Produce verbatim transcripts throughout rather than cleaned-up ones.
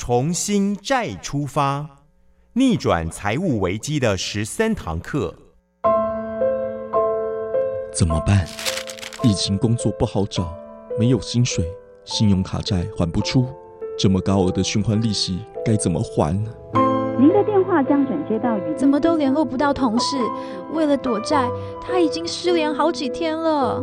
重新再出发，逆转财务危机的十三堂课。 怎么办？疫情工作不好找，没有薪水，信用卡债还不出，这么高额的循环利息该怎么还呢？ 您的电话将转接到语音， 怎么都联络不到同事，为了躲债，他已经失联好几天了。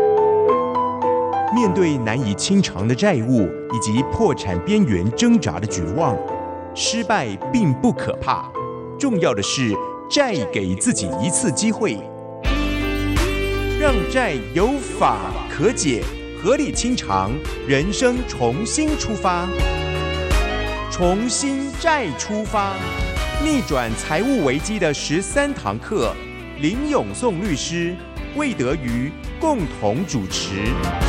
面对难以清偿的债务以及破产边缘挣扎的绝望，失败并不可怕，重要的是再给自己一次机会，让债有法可解，合理清偿，人生重新出发，重新再出发，逆转财务危机的十三堂课，林永颂律师、魏德瑜共同主持。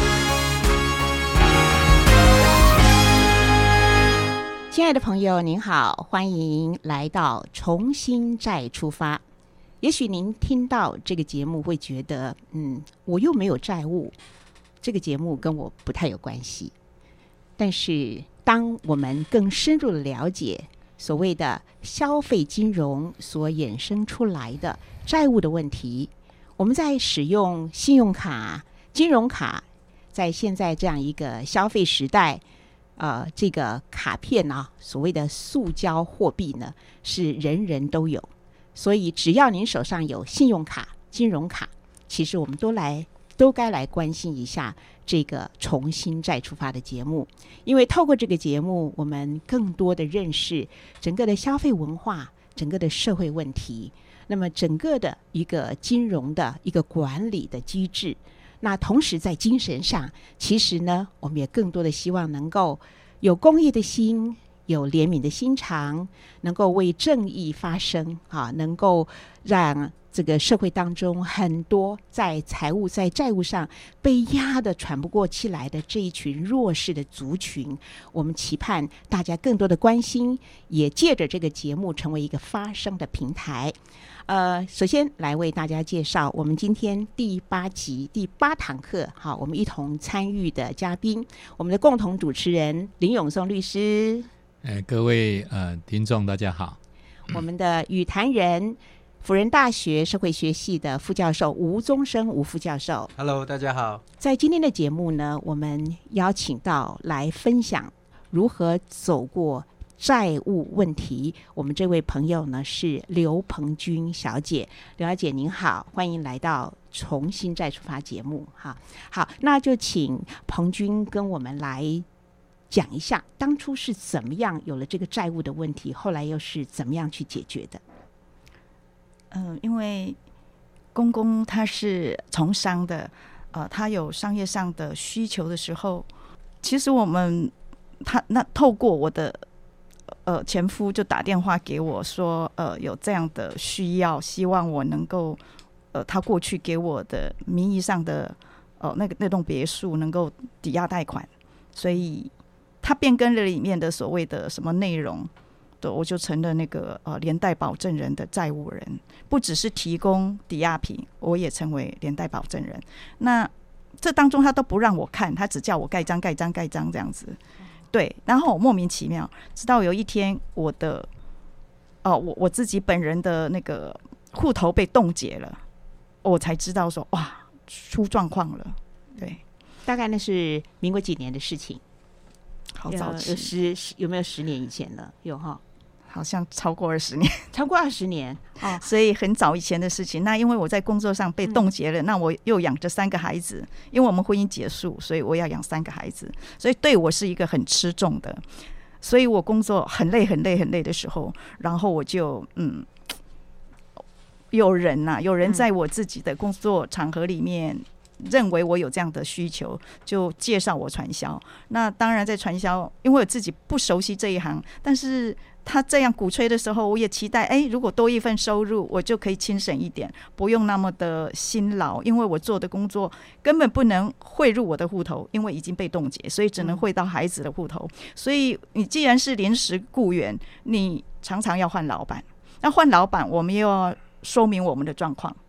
亲爱的朋友您好，欢迎来到重新再出发。也许您听到这个节目会觉得嗯，我又没有债务，这个节目跟我不太有关系。但是当我们更深入的了解所谓的消费金融所衍生出来的债务的问题，我们在使用信用卡、金融卡，在现在这样一个消费时代，呃，这个卡片啊，所谓的塑胶货币呢，是人人都有。所以只要您手上有信用卡、金融卡，其实我们都来都该来关心一下这个重新再出发的节目。因为透过这个节目，我们更多的认识整个的消费文化，整个的社会问题，那么整个的一个金融的一个管理的机制。那同时在精神上，其实呢，我们也更多的希望能够有公益的心，有怜悯的心肠，能够为正义发声啊，能够让这个社会当中很多在财务在债务上被压得喘不过气来的这一群弱势的族群，我们期盼大家更多的关心，也借着这个节目成为一个发声的平台。呃，首先来为大家介绍我们今天第八集第八堂课，好，我们一同参与的嘉宾，我们的共同主持人林永颂律师。 呃、各位呃听众大家好。 我们的语坛人，辅仁大学社会学系的副教授吴宗生吴副教授。 Hello， 大家好。 在今天的节目呢，我们邀请到来分享如何走过债务问题，我们这位朋友呢是刘鹏君小姐。刘小姐您好，欢迎来到重新再出发节目。好，好，那就请鹏君跟我们来讲一下当初是怎么样有了这个债务的问题，后来又是怎么样去解决的。 嗯、呃，因为公公他是从商的，呃，他有商业上的需求的时候，其实我们他那透过我的呃前夫就打电话给我说，呃，有这样的需要，希望我能够呃他过去给我的名义上的呃那个那栋别墅能够抵押贷款，所以他变更了里面的所谓的什么内容。对，我就成了那个呃连带保证人的债务人，不只是提供抵押品，我也成为连带保证人。那这当中他都不让我看，他只叫我盖章盖章盖章这样子。对，然后我莫名其妙，直到有一天我的哦、呃、我我自己本人的那个户头被冻结了，我才知道说哇出状况了。对， 大概那是民国几年的事情？ 好早期， 有十有没有十年以前了？有哈。 好像超过二十年， 超过二十年哦， 所以很早以前的事情。那因为我在工作上被冻结了，嗯、那我又养着三个孩子，因为我们婚姻结束，所以我要养三个孩子，所以对我是一个很吃重的。所以我工作很累、很累、很累的时候，然后我就嗯，有人呐、啊，有人在我自己的工作场合里面。认为我有这样的需求，就介绍我传销。那当然在传销，因为我自己不熟悉这一行，但是他这样鼓吹的时候，我也期待，哎，如果多一份收入，我就可以轻省一点，不用那么的辛劳，因为我做的工作根本不能汇入我的户头，因为已经被冻结，所以只能汇到孩子的户头。所以你既然是临时雇员，你常常要换老板，那换老板，我们又要说明我们的状况。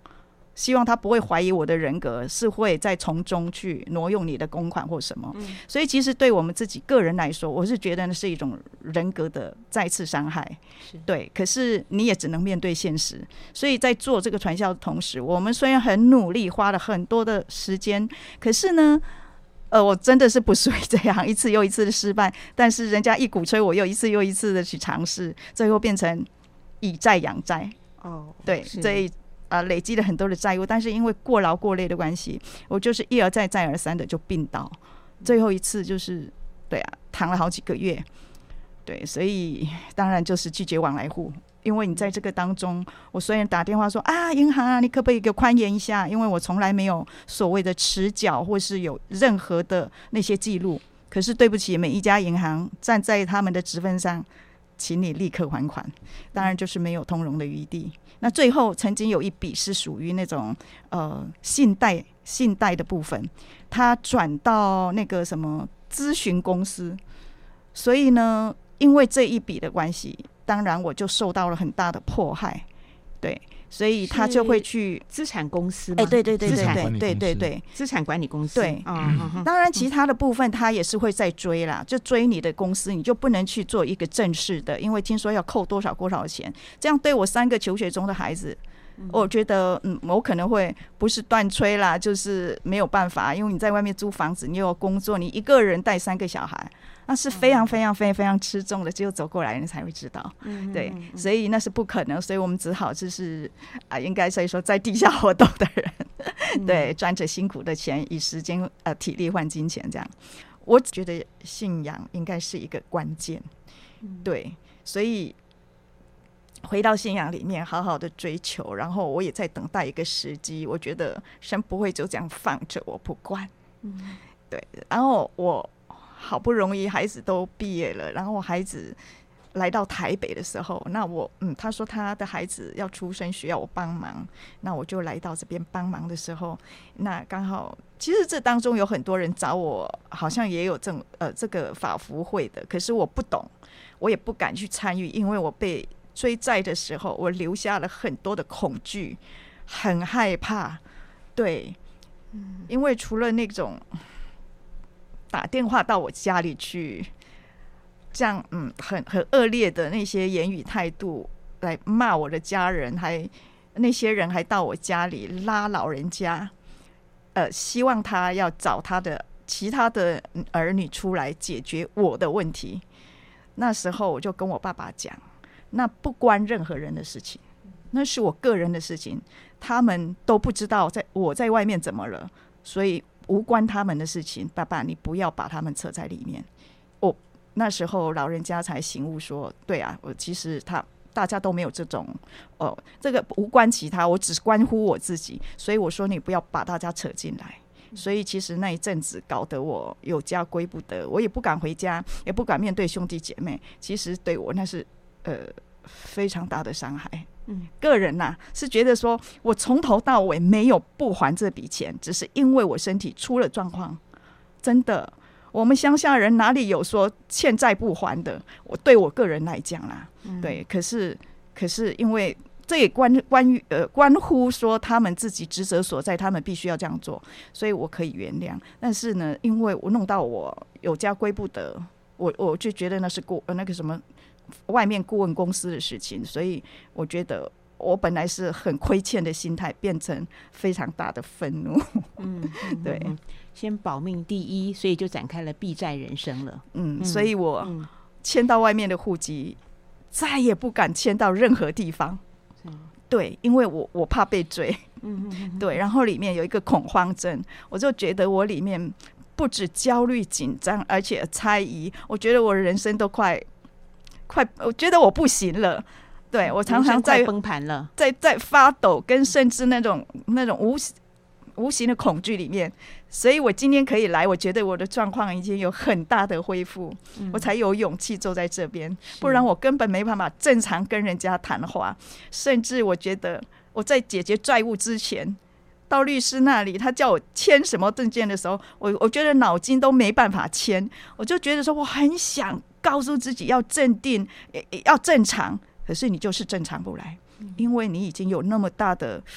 希望他不会怀疑我的人格，是会在从中去挪用你的公款或什么。嗯、所以其实对我们自己个人来说，我是觉得那是一种人格的再次伤害。对，可是你也只能面对现实。所以在做这个传销的同时，我们虽然很努力，花了很多的时间，可是呢，呃，我真的是不属于这样，一次又一次的失败。但是人家一鼓吹，我又一次又一次的去尝试，最后变成以债养债。哦，对，所以。呃，累积了很多的债务，但是因为过劳过累的关系，我就是一而再再而三的就病倒，最后一次就是对啊，躺了好几个月，对，所以当然就是拒绝往来户。因为你在这个当中，我虽然打电话说啊，银行啊，你可不可以给我宽延一下？因为我从来没有所谓的迟缴或是有任何的那些记录，可是对不起，每一家银行站在他们的职分上，请你立刻还款，当然就是没有通融的余地。那最后曾经有一笔是属于那种呃信贷信贷的部分，它转到那个什么咨询公司，所以呢，因为这一笔的关系，当然我就受到了很大的迫害，对。所以他就会去资产公司嘛， 哎，对对对对对对对对， 资产管理公司。 对， 嗯、 当然其他的部分他也是会再追啦，就追你的公司，你就不能去做一个正式的，因为听说要扣多少多少钱，这样对我三个求学中的孩子，我觉得嗯，我可能会不是断吹啦，就是没有办法，因为你在外面租房子，你有工作，你一个人带三个小孩。那是非常非常非常非常吃重的，只有走过来人才会知道，嗯、对，所以那是不可能，所以我们只好就是啊、呃，应该所以说在地下活动的人，嗯、对，赚着辛苦的钱，以时间呃体力换金钱，这样，我觉得信仰应该是一个关键，嗯、对，所以回到信仰里面，好好的追求，然后我也在等待一个时机，我觉得神不会就这样放着我不管，嗯、对，然后我。好不容易孩子都毕业了，然后孩子来到台北的时候，那我嗯，他说他的孩子要出生需要我帮忙，那我就来到这边帮忙的时候，那刚好其实这当中有很多人找我，好像也有这呃这个法服会的，可是我不懂，我也不敢去参与，因为我被追债的时候，我留下了很多的恐惧，很害怕，对，嗯，因为除了那种。打电话到我家里去，这样嗯，很很恶劣的那些言语态度来骂我的家人，还那些人还到我家里拉老人家，呃，希望他要找他的其他的儿女出来解决我的问题。那时候我就跟我爸爸讲，那不关任何人的事情，那是我个人的事情，他们都不知道在我在外面怎么了，所以。无关他们的事情，爸爸，你不要把他们扯在里面。哦，那时候老人家才醒悟说，对啊，我其实他大家都没有这种，哦，这个无关其他，我只关乎我自己，所以我说你不要把大家扯进来。所以其实那一阵子搞得我有家归不得，我也不敢回家，也不敢面对兄弟姐妹。其实对我那是呃非常大的伤害。嗯，个人呐、啊、是觉得说我从头到尾没有不还这笔钱，只是因为我身体出了状况。真的，我们乡下人哪里有说欠债不还的？我对我个人来讲啦，嗯、对，可是可是因为这也关关于呃关乎说他们自己职责所在，他们必须要这样做，所以我可以原谅。但是呢，因为我弄到我有家归不得，我我就觉得那是顾呃那个什么。外面顾问公司的事情，所以我觉得我本来是很亏欠的心态，变成非常大的愤怒。嗯，对， 先保命第一，所以就展开了避债人生了。 嗯，嗯所以我迁到外面的户籍，再也不敢迁到任何地方。嗯、对，因为我我怕被追。嗯嗯对，然后里面有一个恐慌症，我就觉得我里面不止焦虑紧张，而且猜疑，我觉得我人生都快。快，我觉得我不行了。对，我常常在崩盘了， 在在发抖，跟甚至那种那种无无形的恐惧里面。所以我今天可以来，我觉得我的状况已经有很大的恢复，嗯、我才有勇气坐在这边，不然我根本没办法正常跟人家谈话。甚至我觉得我在解决债务之前，到律师那里，他叫我签什么证件的时候，我我觉得脑筋都没办法签，我就觉得说我很想。告诉自己要镇定，要正常，可是你就是正常不来，因为你已经有那么大的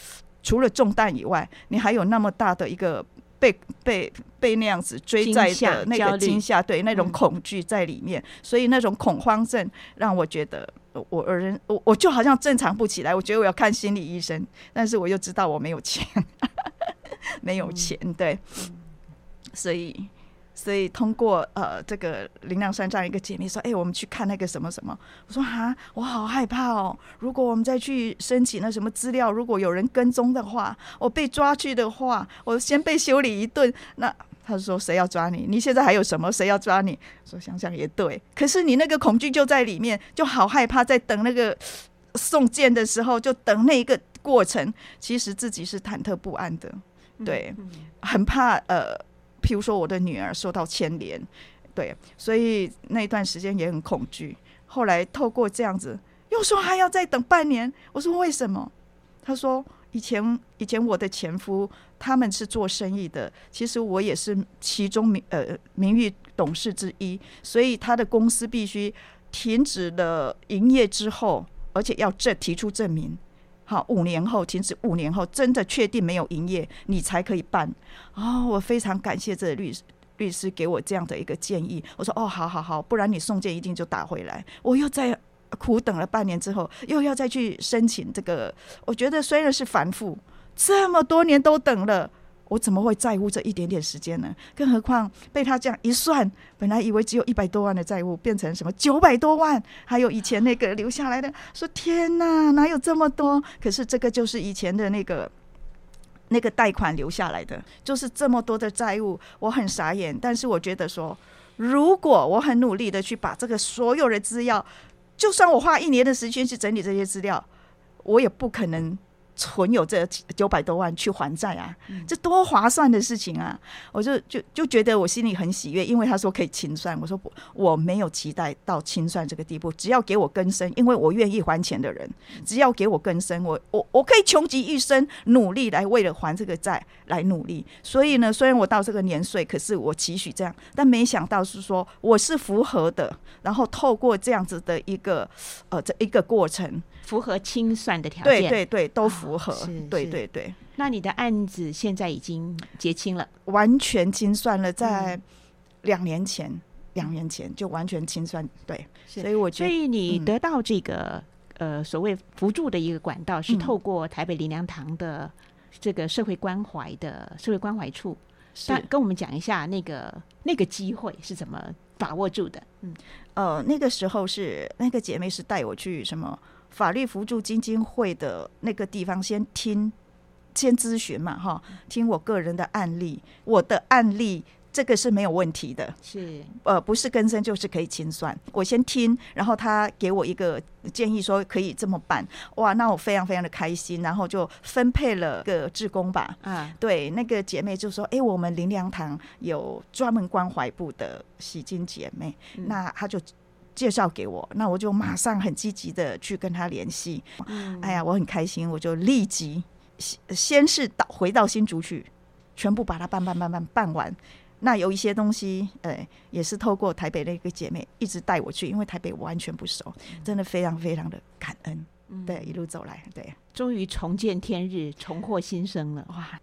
除了中弹以外，你还有那么大的一个被被被那样子追债的那个惊吓，对，那种恐惧在里面，嗯、所以那种恐慌症让我觉得我人我我就好像正常不起来，我觉得我要看心理医生，但是我又知道我没有钱，没有钱，对，嗯、所以。所以通过呃这个灵粮山这样一个姐妹说，哎、欸，我们去看那个什么什么，我说啊，我好害怕哦，如果我们再去申请那什么资料，如果有人跟踪的话，我被抓去的话，我先被修理一顿，那他说谁要抓你？你现在还有什么？谁要抓你？说想想也对，可是你那个恐惧就在里面，就好害怕，在等那个送件的时候，就等那一个过程，其实自己是忐忑不安的，对，嗯嗯、很怕呃。譬如说我的女儿受到牵连，对，所以那一段时间也很恐惧。后来透过这样子，又说还要再等半年。我说为什么？他说以前以前我的前夫他们是做生意的，其实我也是其中名呃名誉董事之一，所以他的公司必须停止了营业之后，而且要证提出证明。好，五年后停止，五年后真的确定没有营业，你才可以办。哦，我非常感谢这个律师律师给我这样的一个建议。我说哦，好好好，不然你送件一定就打回来。我又在苦等了半年之后，又要再去申请这个。我觉得虽然是反复，这么多年都等了，我怎么会在乎这一点点时间呢？更何况被他这样一算，本来以为只有一百多万的债务，变成什么九百多万，还有以前那个留下来的，说天哪，哪有这么多？可是这个就是以前的那个那个贷款留下来的，就是这么多的债务，我很傻眼。但是我觉得说，如果我很努力的去把这个所有的资料，就算我花一年的时间去整理这些资料，我也不可能存有这九百多万去还债啊，这多划算的事情啊！我就就就觉得我心里很喜悦，因为他说可以清算，我说我没有期待到清算这个地步，只要给我更生，因为我愿意还钱的人，只要给我更生，我我我可以穷极一生努力来为了还这个债来努力。所以呢，虽然我到这个年岁，可是我期许这样，但没想到是说我是符合的，然后透过这样子的一个呃这一个过程。 符合清算的条件， 对对对，都符合， 哦、 对对对。 那你的案子现在已经结清了， 完全清算了，在两年前，嗯、两年前就完全清算，对。所以我觉得， 所以你得到这个、嗯、呃所谓扶助的一个管道，是透过台北灵粮堂的这个社会关怀的社会关怀处，是跟我们讲一下那个那个机会是怎么把握住的？嗯， 呃，那个时候是那个姐妹是带我去什么？法律扶助基金会的那个地方先听先咨询嘛，哈，听我个人的案例，我的案例这个是没有问题的， 是呃不是更生就是可以清算。我先听，然后他给我一个建议说可以这么办，哇，那我非常非常的开心，然后就分配了个志工吧，啊，对，那个姐妹就说，哎，我们灵粮堂有专门关怀部的喜金姐妹，嗯、那她就介绍给我，那我就马上很积极的去跟他联系。嗯、哎呀，我很开心，我就立即先是到回到新竹去，全部把它办办办办办完。那有一些东西，呃，也是透过台北的一个姐妹一直带我去，因为台北我完全不熟，真的非常非常的感恩。嗯、对，一路走来，对， 终于重见天日，重获新生了，哇！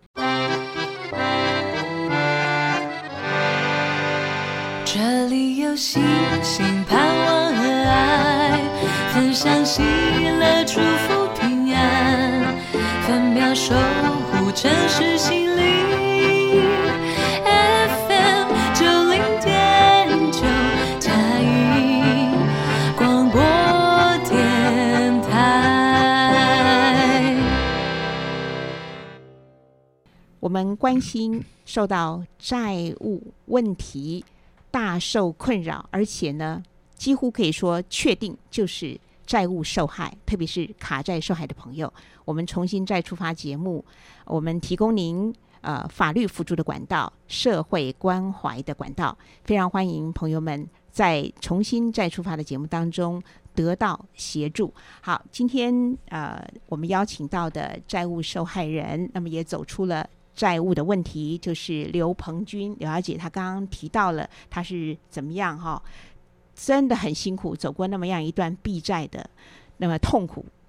这里有星星盼望和爱，分享喜乐祝福平安，分秒守护城市心灵。 F M 九零点九嘉义广播电台。 我们关心受到债务问题大受困扰，而且呢，几乎可以说确定就是债务受害，特别是卡债受害的朋友。我们重新再出发节目，我们提供您呃法律辅助的管道、社会关怀的管道，非常欢迎朋友们在重新再出发的节目当中得到协助。好，今天呃我们邀请到的债务受害人，那么也走出了债务的问题，就是刘鹏君刘小姐，她刚刚提到了她是怎么样哈，真的很辛苦，走过那么样一段避债的那么痛苦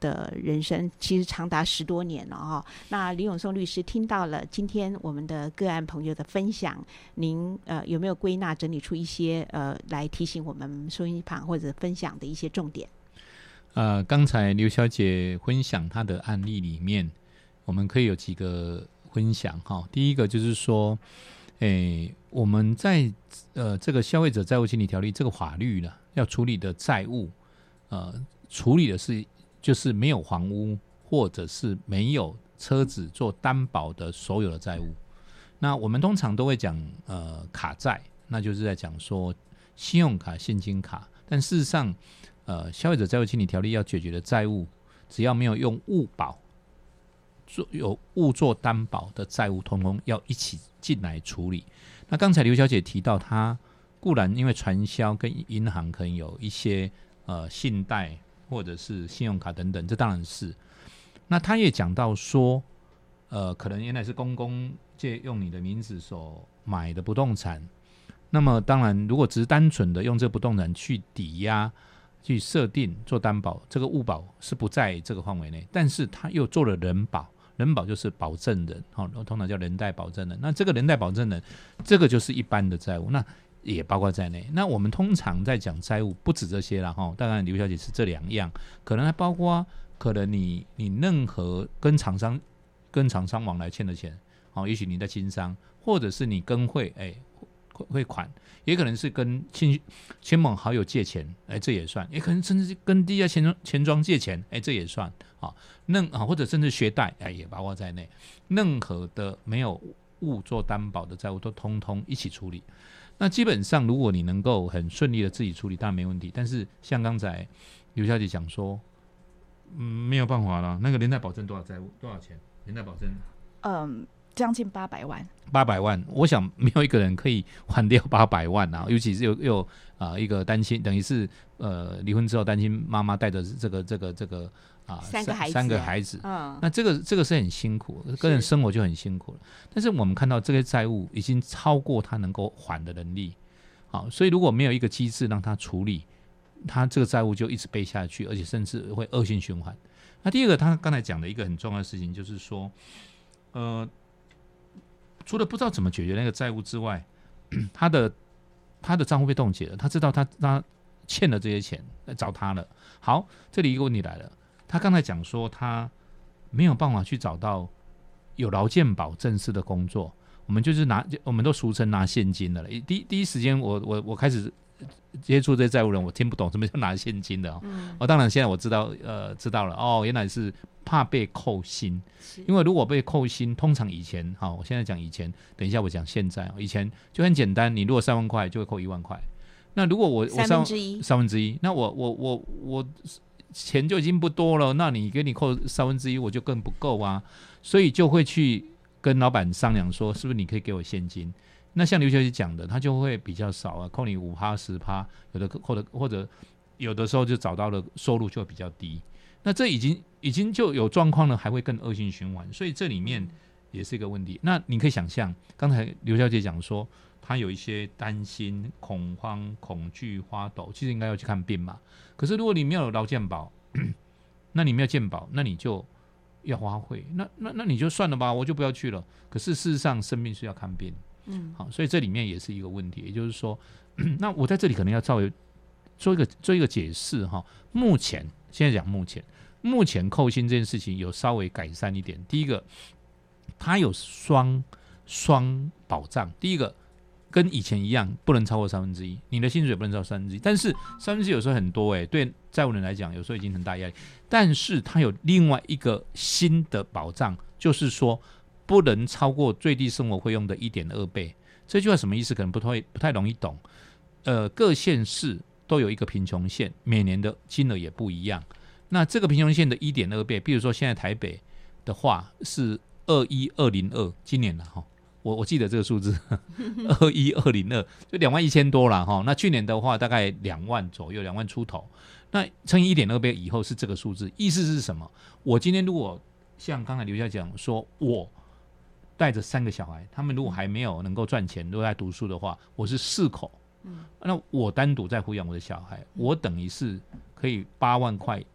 的人生，其实长达十多年了哈。那林永松律师听到了今天我们的个案朋友的分享，您呃有没有归纳整理出一些呃来提醒我们收音旁或者分享的一些重点？ 呃，刚才刘小姐分享她的案例里面，我们可以有几个分享哈。第一个就是说，诶，我们在呃这个消费者债务清理条例这个法律呢，要处理的债务，呃，处理的是就是没有房屋或者是没有车子做担保的所有的债务。那我们通常都会讲呃卡债，那就是在讲说信用卡、现金卡，但事实上，呃，消费者债务清理条例要解决的债务，只要没有用物保做有物做担保的债务，通通要一起进来处理。那刚才刘小姐提到，她固然因为传销跟银行可能有一些呃信贷或者是信用卡等等，这当然是。那她也讲到说，呃，可能原来是公公借用你的名字所买的不动产，那么当然，如果只是单纯的用这个不动产去抵押、去设定做担保，这个物保是不在这个范围内，但是他又做了人保。人保就是保证人，哦，通常叫人贷保证人。那这个人贷保证人，这个就是一般的债务，那也包括在内。那我们通常在讲债务，不止这些啦，哈。当然，刘小姐是这两样，可能还包括可能你你任何跟厂商跟厂商往来欠的钱，哦，也许你在经商，或者是你跟会哎汇款，也可能是跟亲亲朋好友借钱，哎，这也算，也可能甚至是跟第一家钱钱庄借钱，哎，这也算啊。任啊，或者甚至学贷，哎，也包括在内。任何的没有物做担保的债务，都通通一起处理。那基本上，如果你能够很顺利的自己处理，当然没问题。但是像刚才刘小姐讲说，嗯，没有办法了。那个连带保证多少债务？多少钱？连带保证？ 嗯，将近八百万。 八百万，我想没有一个人可以还掉八百万啊！尤其是有有啊、呃、一个单亲，等于是呃离婚之后单亲妈妈带着这个这个这个啊、呃、 三个孩子， 三个孩子， 嗯， 那这个这个是很辛苦，个人生活就很辛苦了。但是我们看到这些债务已经超过他能够还的能力，好，所以如果没有一个机制让他处理，他这个债务就一直背下去，而且甚至会恶性循环。那第二个，他刚才讲的一个很重要的事情就是说，呃。除了不知道怎么解决那个债务之外，他的他的账户被冻结了，他知道他他欠了这些钱来找他了。好，这里一个问题来了，他刚才讲说他没有办法去找到有劳健保正式的工作，我们就是拿我们都俗称拿现金的了。第第一时间我我我开始接触这些债务人，我听不懂什么叫拿现金的哦。嗯、哦，当然现在我知道呃知道了哦，原来是怕被扣薪。因为如果被扣薪，通常以前，好，我现在讲以前，等一下我讲现在。以前就很简单，你如果三万块就会扣一万块。那如果我我三分之一， 三分之一，那我我我我钱就已经不多了，那你给你扣三分之一，我就更不够啊。所以就会去跟老板商量说，是不是你可以给我现金？那像刘小姐讲的，他就会比较少啊，扣你五趴十趴，有的或者或者有的时候就找到了收入就会比较低。那这已经已经就有状况了，还会更恶性循环，所以这里面也是一个问题。那你可以想象，刚才刘小姐讲说，她有一些担心、恐慌、恐惧、发抖，其实应该要去看病嘛。可是如果你没有劳健保，那你没有健保，那你就要花费，那那那你就算了吧，我就不要去了。可是事实上，生病是要看病，嗯，好，所以这里面也是一个问题。也就是说，那我在这里可能要稍微做一个做一个解释哈。目前现在讲目前。目前扣薪这件事情有稍微改善一点。第一个，它有双双保障。第一个，跟以前一样，不能超过三分之一，你的薪水不能超过三分之一。但是三分之一有时候很多哎、欸，对债务人来讲，有时候已经很大压力。但是它有另外一个新的保障，就是说不能超过最低生活费用的 一点二倍。这句话什么意思？可能不太不太容易懂。呃，各县市都有一个贫穷线，每年的金额也不一样。那这个贫穷线的 一点二倍，比如说现在台北的话是二一二零二，今年啦齁，我我记得这个数字二一二零二，就两万一千多啦齁。那去年的话大概两万左右，两万出头。那乘以 一点二倍以后是这个数字，意思是什么？我今天如果像刚才刘小姐讲说，我带着三个小孩，他们如果还没有能够赚钱，都在读书的话，我是四口。那我单独在抚养我的小孩，我等于是可以八万块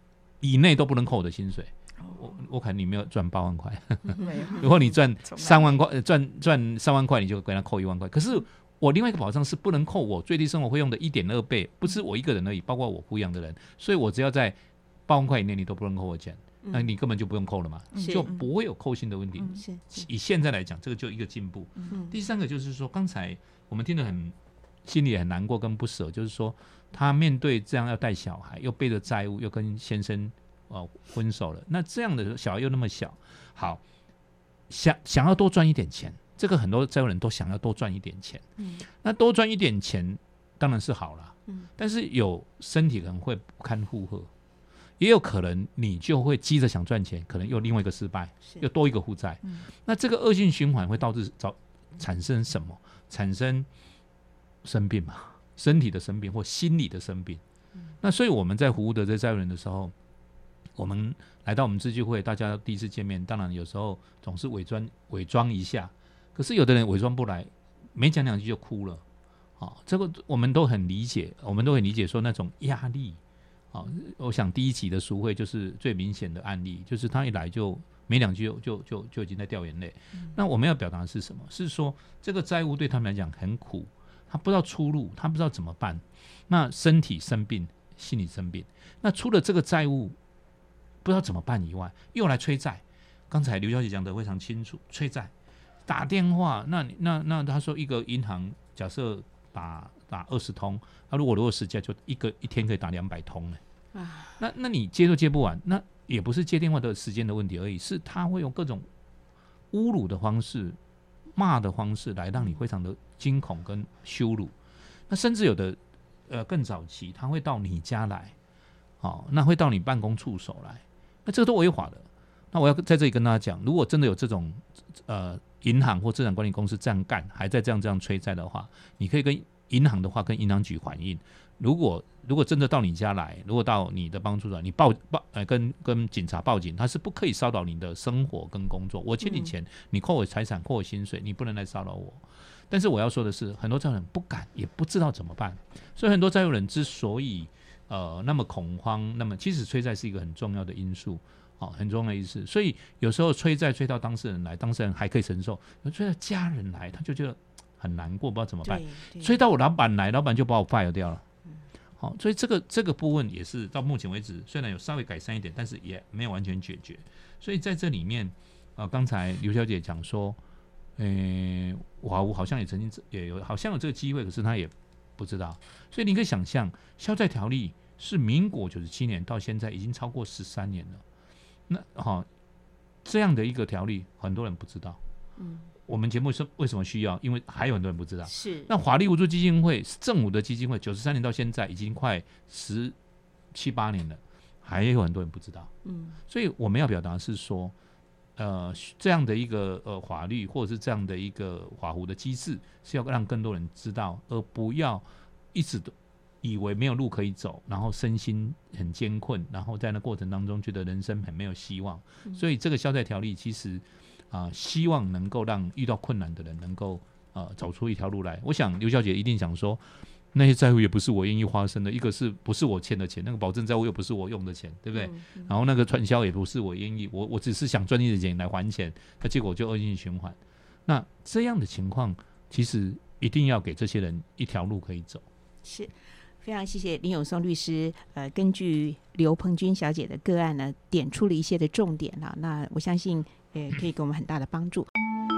以内都不能扣我的薪水。我我可能你没有赚八万块， 没有如果你赚三万块，赚赚三万块，你就跟他扣一万块。可是我另外一个保障是不能扣我最低生活费用的一点二倍，不是我一个人而已，包括我抚养的人，所以我只要在八万块以内，你都不能扣我钱，嗯、那你根本就不用扣了嘛，就不会有扣薪的问题。 嗯、 以现在来讲，这个就一个进步。嗯、第三个就是说，刚才我们听得很心里很难过跟不舍，就是说他面对这样要带小孩，又背着债务，又跟先生。哦，分手了，那这样的小孩又那么小，好想想要多赚一点钱，这个很多债务人都想要多赚一点钱，嗯，那多赚一点钱当然是好了，嗯，但是有身体可能会不堪负荷，也有可能你就会急着想赚钱，可能又另外一个失败，又多一个负债，嗯，那这个恶性循环会导致造产生什么？产生生病嘛，身体的生病或心理的生病，嗯，那所以我们在服务的这债务人的时候。我们来到我们自聚会，大家第一次见面，当然有时候总是伪装伪装一下，可是有的人伪装不来，没讲两句就哭了，哦，这个我们都很理解，我们都很理解说那种压力，哦，我想第一期的赎会就是最明显的案例，就是他一来就没两句就就就就已经在掉眼泪，嗯。那我们要表达的是什么？是说这个债务对他们来讲很苦，他不知道出路，他不知道怎么办。那身体生病，心理生病，那除了这个债务。不知道怎么办以外，又来催债。刚才刘小姐讲得非常清楚，催债打电话，那那那他说一个银行假设打打二十通，那、啊、如果如果实价就一个一天可以打两百通呢，啊，那那你接都接不完，那也不是接电话的时间的问题而已，是他会用各种侮辱的方式、骂的方式来让你非常的惊恐跟羞辱。那甚至有的呃更早期，他会到你家来，哦，那会到你办公处所来。那这个都违法的。那我要在这里跟大家讲，如果真的有这种呃银行或资产管理公司这样干，还在这样这样催债的话，你可以跟银行的话跟银行局反映。如果如果真的到你家来，如果到你的帮助者，你报报呃跟跟警察报警，他是不可以骚扰你的生活跟工作。我欠你钱，你扣我财产，扣我薪水，你不能来骚扰我。但是我要说的是，很多债务人不敢，也不知道怎么办。所以很多债务人之所以呃，那么恐慌，那么其实催债是一个很重要的因素，哦，很重要的因素。所以有时候催债催到当事人来，当事人还可以承受；催到家人来，他就觉得很难过，不知道怎么办。催到我老板来，老板就把我 fire 掉了。好、哦，所以这个这个部分也是到目前为止，虽然有稍微改善一点，但是也没有完全解决。所以在这里面，呃，刚才刘小姐讲说，呃，华吴好像也曾经也有，好像有这个机会，可是他也不知道。所以你可以想象，消债条例是民国九十七年到现在已经超过十三年了。那好、哦，这样的一个条例，很多人不知道。嗯。我们节目是为什么需要？因为还有很多人不知道。是。那华利无助基金会是政府的基金会，九十三年到现在已经快十七八年了，还有很多人不知道。嗯。所以我们要表达是说，呃，这样的一个呃法律或者是这样的一个法服的机制，是要让更多人知道，而不要一直都以为没有路可以走，然后身心很艰困，然后在那过程当中觉得人生很没有希望。嗯、所以这个消债条例其实。啊、呃，希望能够让遇到困难的人能够呃走出一条路来。我想刘小姐一定想说，那些债务也不是我愿意发生的，一个是不是我欠的钱，那个保证债务又不是我用的钱，对不对？嗯嗯、然后那个传销也不是我愿意，我我只是想赚一点钱来还钱，那结果就恶性循环。那这样的情况，其实一定要给这些人一条路可以走。 是。非常谢谢林永松律师，呃，根据刘鹏君小姐的个案呢，点出了一些的重点啦。那我相信，呃，可以给我们很大的帮助。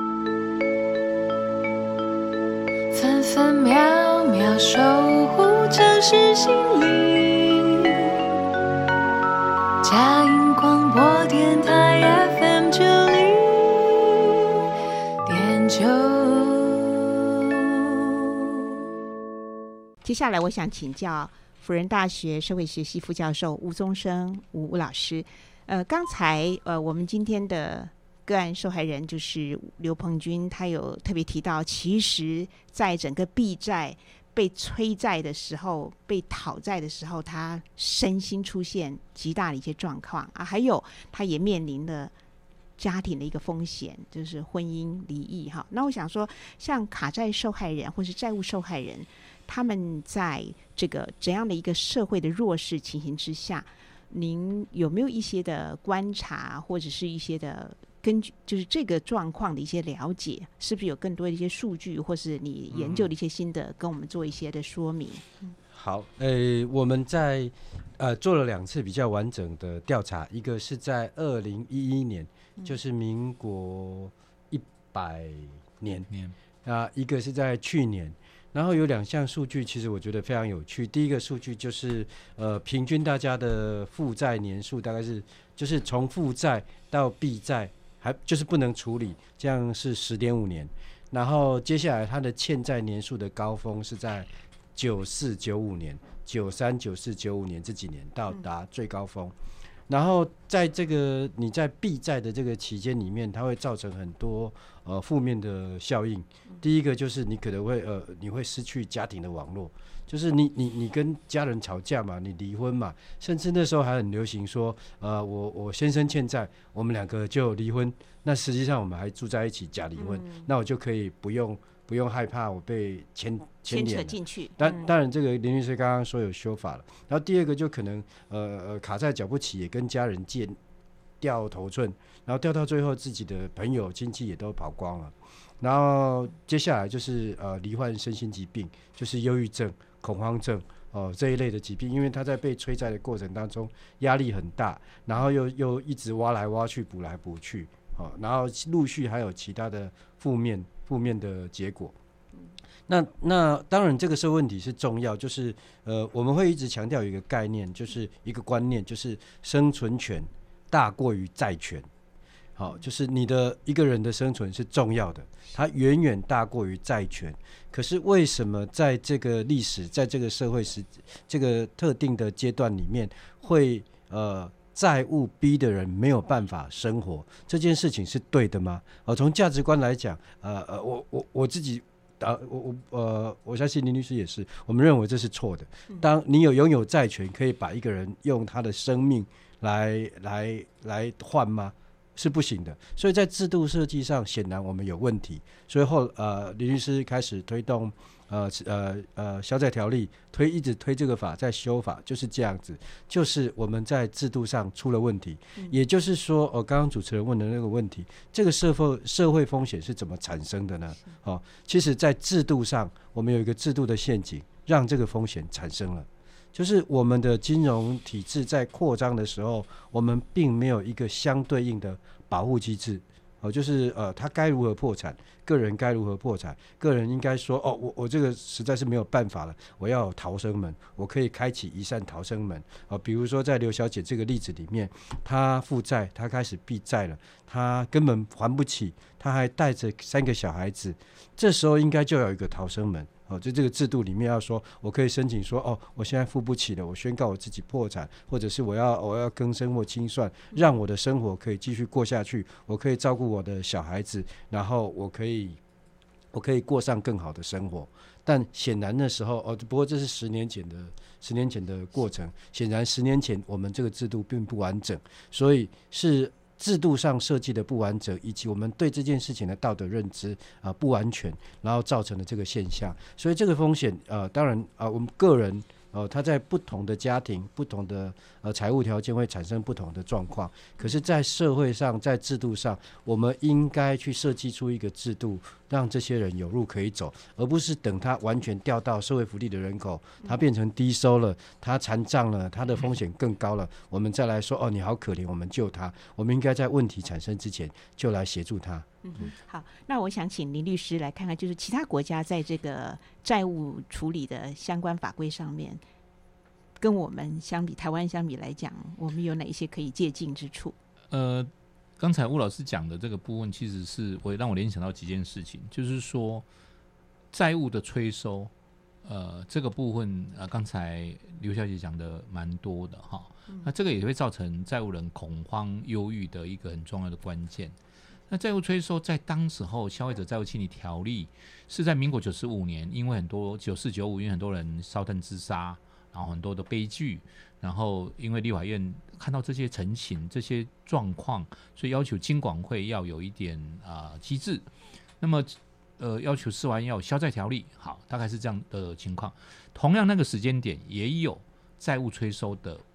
分分秒秒守护城市心灵，佳音广播电台 F M 九零点九。 接下来我想请教辅仁大学社会学系副教授吴宗生吴吴老师，呃，刚才呃我们今天的个案受害人就是刘鹏君，他有特别提到，其实在整个避债被催债的时候，被讨债的时候，他身心出现极大的一些状况啊，还有他也面临了家庭的一个风险，就是婚姻离异哈。那我想说，像卡债受害人或是债务受害人，他们在这个怎样的一个社会的弱势情形之下， 您有没有一些的观察，或者是一些的根据就是这个状况的一些了解，是不是有更多的一些数据，或是你研究的一些心得，跟我们做一些的说明？嗯、 好，呃，我们在呃做了两次比较完整的调查，一个是在二零一一年，嗯、就是民国一百年，啊、呃，一个是在去年。然后有两项数据，其实我觉得非常有趣。第一个数据就是呃，平均大家的负债年数大概是，就是从负债到避债，还就是不能处理，这样是十点五年。然后接下来它的欠债年数的高峰是在九四九五年、九三九四九五年这几年到达最高峰。然后在这个你在避债的这个期间里面，它会造成很多呃负面的效应。第一个就是你可能会呃你会失去家庭的网络，就是你你你跟家人吵架嘛，你离婚嘛，甚至那时候还很流行说呃我我先生欠债，我们两个就离婚。那实际上我们还住在一起假离婚，嗯、那我就可以不用不用害怕我被牵牵扯进去。 当、嗯、当然这个林律师刚刚说有修法了。然后第二个就可能呃呃卡债缴不起，也跟家人借掉头寸，然后掉到最后自己的朋友亲戚也都跑光了。然后接下来就是呃罹患身心疾病，就是忧郁症、恐慌症哦、呃、这一类的疾病，因为他在被催债的过程当中压力很大，然后又又一直挖来挖去、补来补去，哦，然后陆续还有其他的负面负面的结果。那那当然这个社会问题是重要，就是呃我们会一直强调一个概念，就是一个观念，就是生存权大过于债权。好，就是你的一个人的生存是重要的，它远远大过于债权。可是为什么在这个历史，在这个社会时这个特定的阶段里面，会呃债务逼的人没有办法生活？这件事情是对的吗？呃，从价值观来讲，呃呃，我我我自己。呃，我我呃，我相信林律师也是，我们认为这是错的。当你有拥有债权，可以把一个人用他的生命来来来换吗？是不行的。所以在制度设计上，显然我们有问题。所以后呃，林律师开始推动呃呃呃消债条例，推一直推这个法，在修法，就是这样子，就是我们在制度上出了问题。嗯、也就是说，哦，刚刚主持人问的那个问题，这个社会社会风险是怎么产生的呢？哦，其实，在制度上，我们有一个制度的陷阱，让这个风险产生了。就是我们的金融体制在扩张的时候，我们并没有一个相对应的保护机制。哦，就是呃，他该如何破产，个人该如何破产，个人应该说，哦，我我这个实在是没有办法了，我要有逃生门，我可以开启一扇逃生门。哦，比如说在刘小姐这个例子里面，她负债，她开始避债了，她根本还不起，她还带着三个小孩子，这时候应该就有一个逃生门。哦，就这个制度里面要说，我可以申请说，哦，我现在付不起了，我宣告我自己破产，或者是我要我要更生或清算，让我的生活可以继续过下去，我可以照顾我的小孩子，然后我可以我可以过上更好的生活。但显然那时候，哦，不过这是十年前的十年前的过程，显然十年前我们这个制度并不完整，所以是制度上设计的不完整，以及我们对这件事情的道德认知啊、呃、不完全，然后造成了这个现象。所以这个风险呃，当然啊、呃，我们个人呃，他在不同的家庭、不同的呃财务条件会产生不同的状况。可是，在社会上、在制度上，我们应该去设计出一个制度，让这些人有路可以走，而不是等他完全掉到社会福利的人口，他变成低收了，他残障了，他的风险更高了，我们再来说哦，你好可怜，我们救他。我们应该在问题产生之前就来协助他。 嗯哼，好，那我想请林律师来看看，就是其他国家在这个债务处理的相关法规上面，跟我们相比，台湾相比来讲，我们有哪一些可以借鉴之处？ 呃，刚才吴老师讲的这个部分，其实是我让我联想到几件事情，就是说债务的催收，呃，这个部分呃，刚才刘小姐讲的蛮多的哈、嗯，那这个也会造成债务人恐慌、忧郁的一个很重要的关键。那债务催收在当时候消费者债务清理条例是在民国九十五年，因为很多九四九五，因为很多人烧炭自杀，然后很多的悲剧，然后因为立法院看到这些陈情、这些状况，所以要求金管会要有一点啊、呃、机制。那么呃，要求司法院要有消债条例，好，大概是这样的情况。同样那个时间点也有债务催收的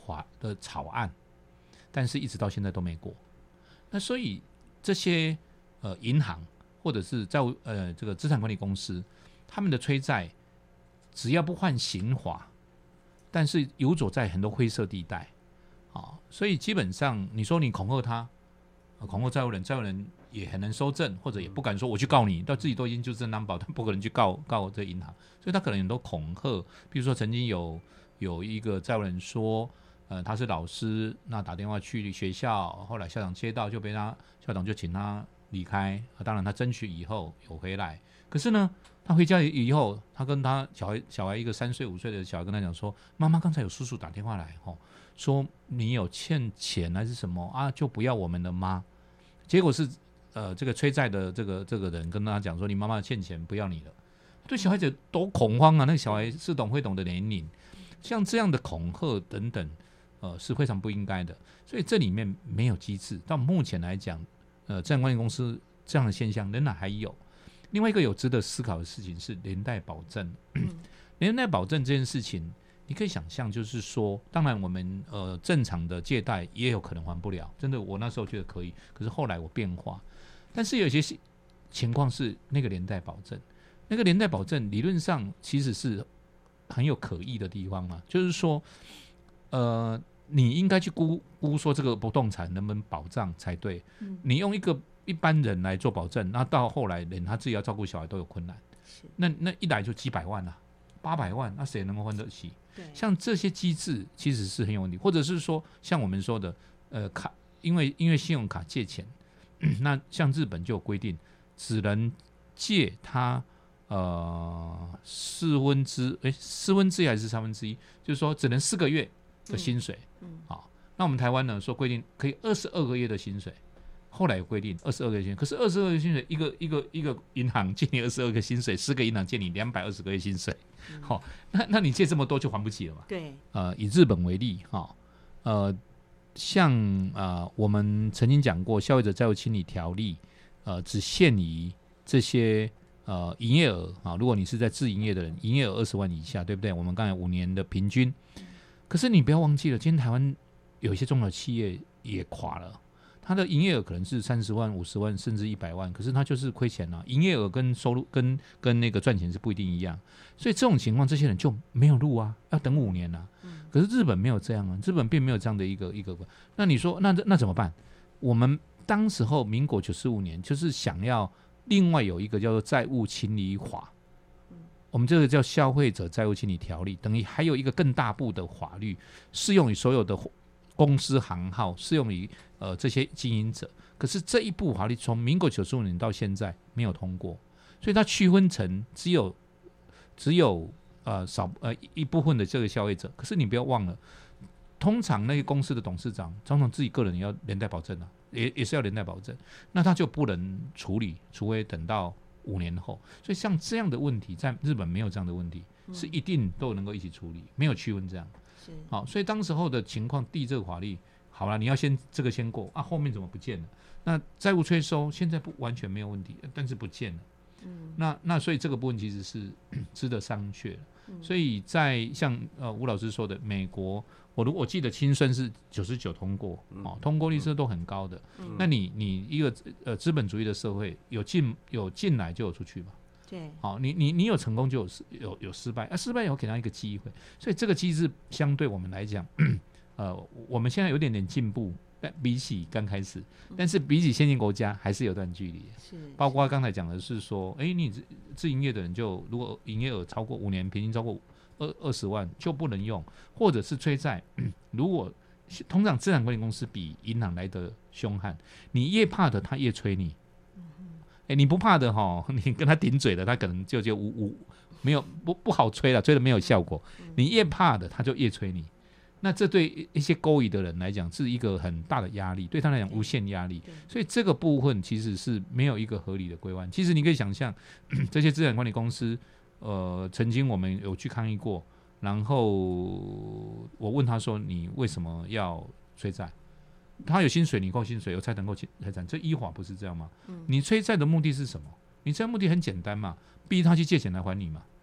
法的草案，但是一直到现在都没过。那所以这些呃银行或者是债务呃这个资产管理公司，他们的催债只要不犯刑法，但是游走在很多灰色地带啊，所以基本上你说你恐吓他，呃、恐吓债务人，债务人也很难收证，或者也不敢说我去告你，到自己都已经就正当保，他不可能去告告这银行，所以他可能很多恐吓，比如说曾经有有一个债务人说，呃，他是老师，那打电话去学校，后来校长接到就被他校长就请他离开，啊、当然他争取以后有回来，可是呢，他回家以后，他跟他小孩小孩一个三岁五岁的小孩跟他讲说，妈妈刚才有叔叔打电话来，哦，说你有欠钱还是什么啊，就不要我们的妈，结果是。呃，这个催债的这个这个人跟他讲说，你妈妈欠钱，不要你了。对小孩子多恐慌啊！那个小孩似懂会懂的年龄，像这样的恐吓等等，呃，是非常不应该的。所以这里面没有机制。到目前来讲，呃，资产管理公司这样的现象仍然还有。另外一个有值得思考的事情是连带保证。嗯、连带保证这件事情，你可以想象，就是说，当然我们呃正常的借贷也有可能还不了，真的，我那时候觉得可以，可是后来我变化。但是有些情况是那个连带保证，那个连带保证理论上其实是很有可疑的地方嘛，就是说，呃，你应该去估估说这个不动产能不能保障才对。嗯、你用一个一般人来做保证，那到后来连他自己要照顾小孩都有困难，那那一来就几百万啊，八百万，那谁能够还得起？像这些机制其实是很有问题，或者是说像我们说的，呃，卡，因为因为信用卡借钱。那像日本就有规定，只能借他呃四分之哎四分之一还是三分之一，就是说只能四个月的薪水。嗯，嗯好，那我们台湾呢说规定可以二十二个月的薪水，后来有规定二十二个月薪水，可是二十二个月薪水，一个一个一个银行借你二十二个薪水，四个银行借你两百二十个月薪水，好、嗯哦，那那你借这么多就还不起了嘛？对，呃，以日本为例，哈、哦，呃。像呃，我们曾经讲过，消费者债务清理条例，呃，只限于这些呃营业额啊。如果你是在自营业的人，营业额二十万以下，对不对？我们刚才五年的平均。可是你不要忘记了，今天台湾有一些中小企业也垮了，它的营业额可能是三十万、五十万，甚至一百万，可是它就是亏钱了。营业额跟收入跟跟那个赚钱是不一定一样，所以这种情况，这些人就没有路啊，要等五年啊。可是日本没有这样啊，日本并没有这样的一个一个。那你说那那怎么办？我们当时候民国九十五年就是想要另外有一个叫做债务清理法，我们这个叫消费者债务清理条例，等于还有一个更大部的法律适用于所有的公司行号，适用于呃这些经营者。可是这一部法律从民国九十五年到现在没有通过，所以它区分成只有只有。呃，少呃一部分的这个消费者，可是你不要忘了，通常那个公司的董事长常常自己个人也要连带保证啊，也也是要连带保证，那他就不能处理，除非等到五年后。所以像这样的问题，在日本没有这样的问题，嗯、是一定都能够一起处理，没有区分这样。是好，所以当时候的情况，第这个法律好了，你要先这个先过啊，后面怎么不见了？那债务催收现在不完全没有问题，但是不见了。嗯、那那所以这个部分其实是值得商榷的。所以在像呃吴老师说的，美国我如果我记得清算是九十九通过，哦，通过率是都很高的。嗯、那你你一个呃资本主义的社会，有进有进来就有出去嘛？对，好、哦，你你你有成功就有有有失败，啊，失败有给他一个机会，所以这个机制相对我们来讲，呃，我们现在有点点进步。比起刚开始，但是比起先进国家还是有段距离。是，包括刚才讲的是说，哎，你自营业的人就如果营业额超过五年，平均超过二二十万就不能用，或者是催债。如果通常资产管理公司比银行来得凶悍，你越怕的他越催你。哎，你不怕的哈，你跟他顶嘴的，他可能就就无无没有不不好催了，催的没有效果。你越怕的，他就越催你。那这对一些勾引的人来讲是一个很大的压力，对他来讲无限压力，所以这个部分其实是没有一个合理的规范。其实你可以想象，这些资产管理公司，呃，曾经我们有去抗议过，然后我问他说：“你为什么要催债？”他有薪水，你够薪水，有财产够财产，这依法不是这样吗？嗯、你催债的目的是什么？你催债目的很简单嘛，逼他去借钱来还你嘛。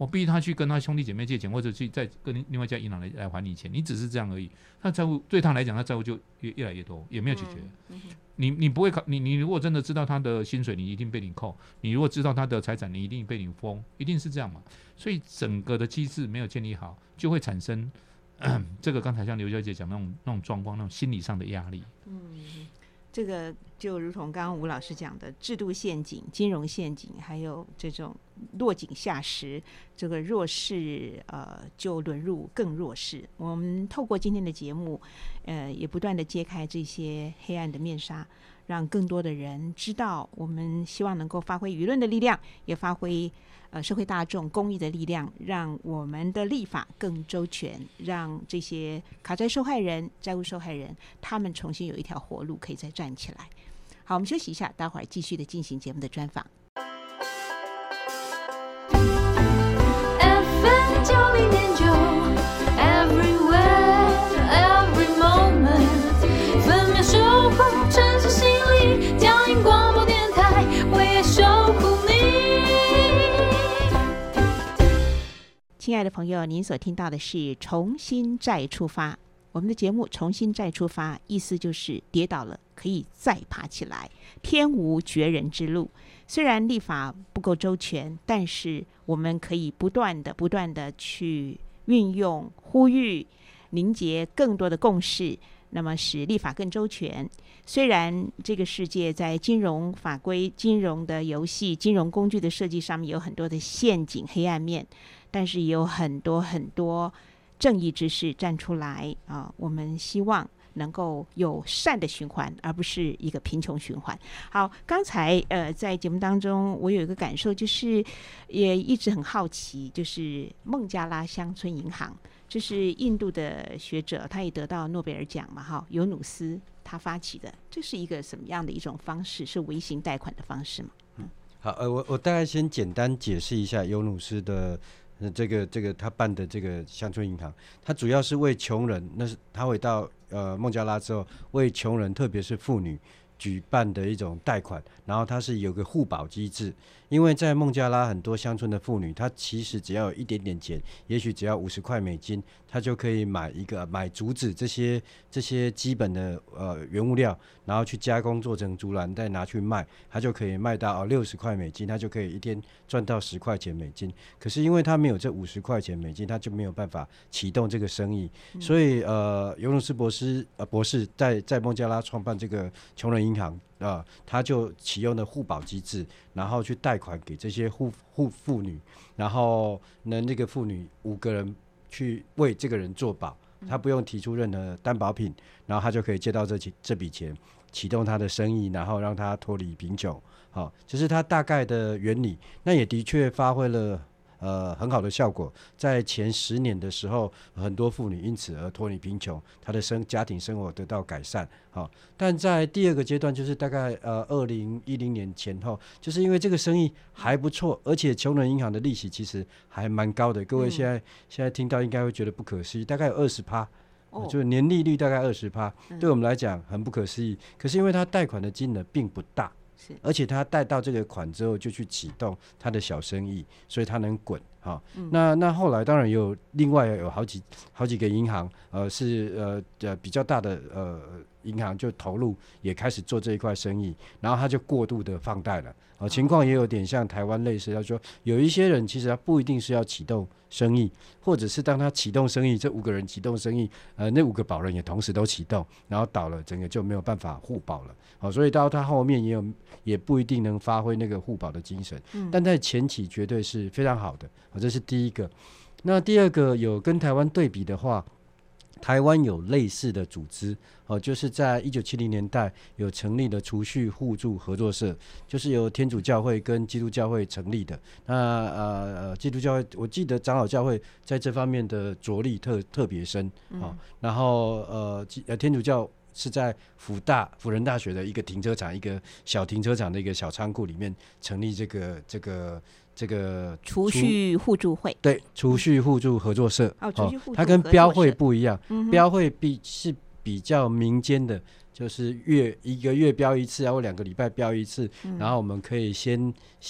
我逼他去跟他兄弟姐妹借钱，或者去再跟另外一家银行 来, 来还你钱，你只是这样而已。他债务对他来讲，他债务就 越, 越来越多，也没有解决。嗯嗯、你你不会考你你如果真的知道他的薪水，你一定被你扣；你如果知道他的财产，你一定被你封，一定是这样嘛。所以整个的机制没有建立好，就会产生这个刚才像刘小姐讲那种那种状况，那种心理上的压力。 嗯。这个就如同刚刚吴老师讲的，制度陷阱、金融陷阱，还有这种落井下石，这个弱势呃就沦入更弱势。我们透过今天的节目，呃，也不断的揭开这些黑暗的面纱，让更多的人知道，我们希望能够发挥舆论的力量，也发挥呃社会大众公益的力量，让我们的立法更周全，让这些卡债受害人、债务受害人，他们重新有一条活路可以再站起来。好，我们休息一下，待会儿继续的进行节目的专访。 F M 九零点九 ，Everywhere Every Moment， 分秒守护城市心理，交音广播电台为爱守护你。 亲爱的朋友，您所听到的是重新再出发。我们的节目重新再出发，意思就是跌倒了可以再爬起来，天无绝人之路。虽然立法不够周全，但是我们可以不断的不断的去运用呼吁，凝结更多的共识，那么使立法更周全。虽然这个世界在金融法规、金融的游戏、金融工具的设计上面有很多的陷阱、黑暗面，但是也有很多很多正义之士站出来啊、呃！我们希望能够有善的循环，而不是一个贫穷循环。好，刚才呃在节目当中，我有一个感受，就是也一直很好奇，就是孟加拉乡村银行，这是印度的学者，他也得到诺贝尔奖嘛，哈，尤努斯他发起的，这是一个什么样的一种方式？是微型贷款的方式吗？嗯， 好，呃，我我大概先简单解释一下尤努斯的。这个这个他办的这个乡村银行，他主要是为穷人，那是他会到呃孟加拉之后，为穷人特别是妇女举办的一种贷款，然后它是有个互保机制。因为在孟加拉很多乡村的妇女，她其实只要有一点点钱，也许只要五十块美金，她就可以买一个买竹子这些这些基本的呃原物料，然后去加工做成竹篮，再拿去卖，她就可以卖到六十块美金，她就可以一天赚到十块钱美金。可是因为她没有这五十块钱美金，她就没有办法启动这个生意，嗯、所以呃尤努斯博士呃博士在在孟加拉创办这个穷人银行。呃，他就启用了互保机制，然后去贷款给这些户户妇女，然后呢，那个妇女五个人去为这个人做保，他不用提出任何担保品，然后他就可以借到这这笔钱，启动他的生意，然后让他脱离贫穷。好、哦，这是他大概的原理。那也的确发挥了。呃，很好的效果，在前十年的时候，很多妇女因此而脱离贫穷，她的生家庭生活得到改善。好、哦，但在第二个阶段，就是大概呃二零一零年前后，就是因为这个生意还不错，而且穷人银行的利息其实还蛮高的。各位现在、嗯、现在听到应该会觉得不可思议，大概有二十趴。哦、就是年利率大概二十趴，对我们来讲很不可思议。可是因为他贷款的金额并不大。而且他贷到这个款之后，就去启动他的小生意，所以他能滚哈、哦嗯。那那后来当然有另外有好几好几个银行，呃是呃呃比较大的呃银行就投入，也开始做这一块生意，然后他就过度的放贷了。呃、情况也有点像台湾类似，他说有一些人其实他不一定是要启动生意，或者是当他启动生意，这五个人启动生意，呃，那五个保人也同时都启动，然后倒了，整个就没有办法互保了。好、哦，所以到他后面也有也不一定能发挥那个互保的精神，嗯、但在前期绝对是非常好的。好、哦，这是第一个。那第二个有跟台湾对比的话。台湾有类似的组织、哦、就是在一九七零年代有成立的储蓄互助合作社，就是由天主教会跟基督教会成立的。那呃基督教会，我记得长老教会在这方面的着力特特别深、哦嗯、然后呃天主教是在辅大辅仁大学的一个停车场，一个小停车场的一个小仓库里面成立这个这个。这个储蓄互助会， 对，储蓄互助合作社， 哦，储蓄互助合作社， 它跟标会不一样，嗯、标会比是比较民间的，就是月一个月标一次啊，或两个礼拜标一次、嗯，然后我们可以先先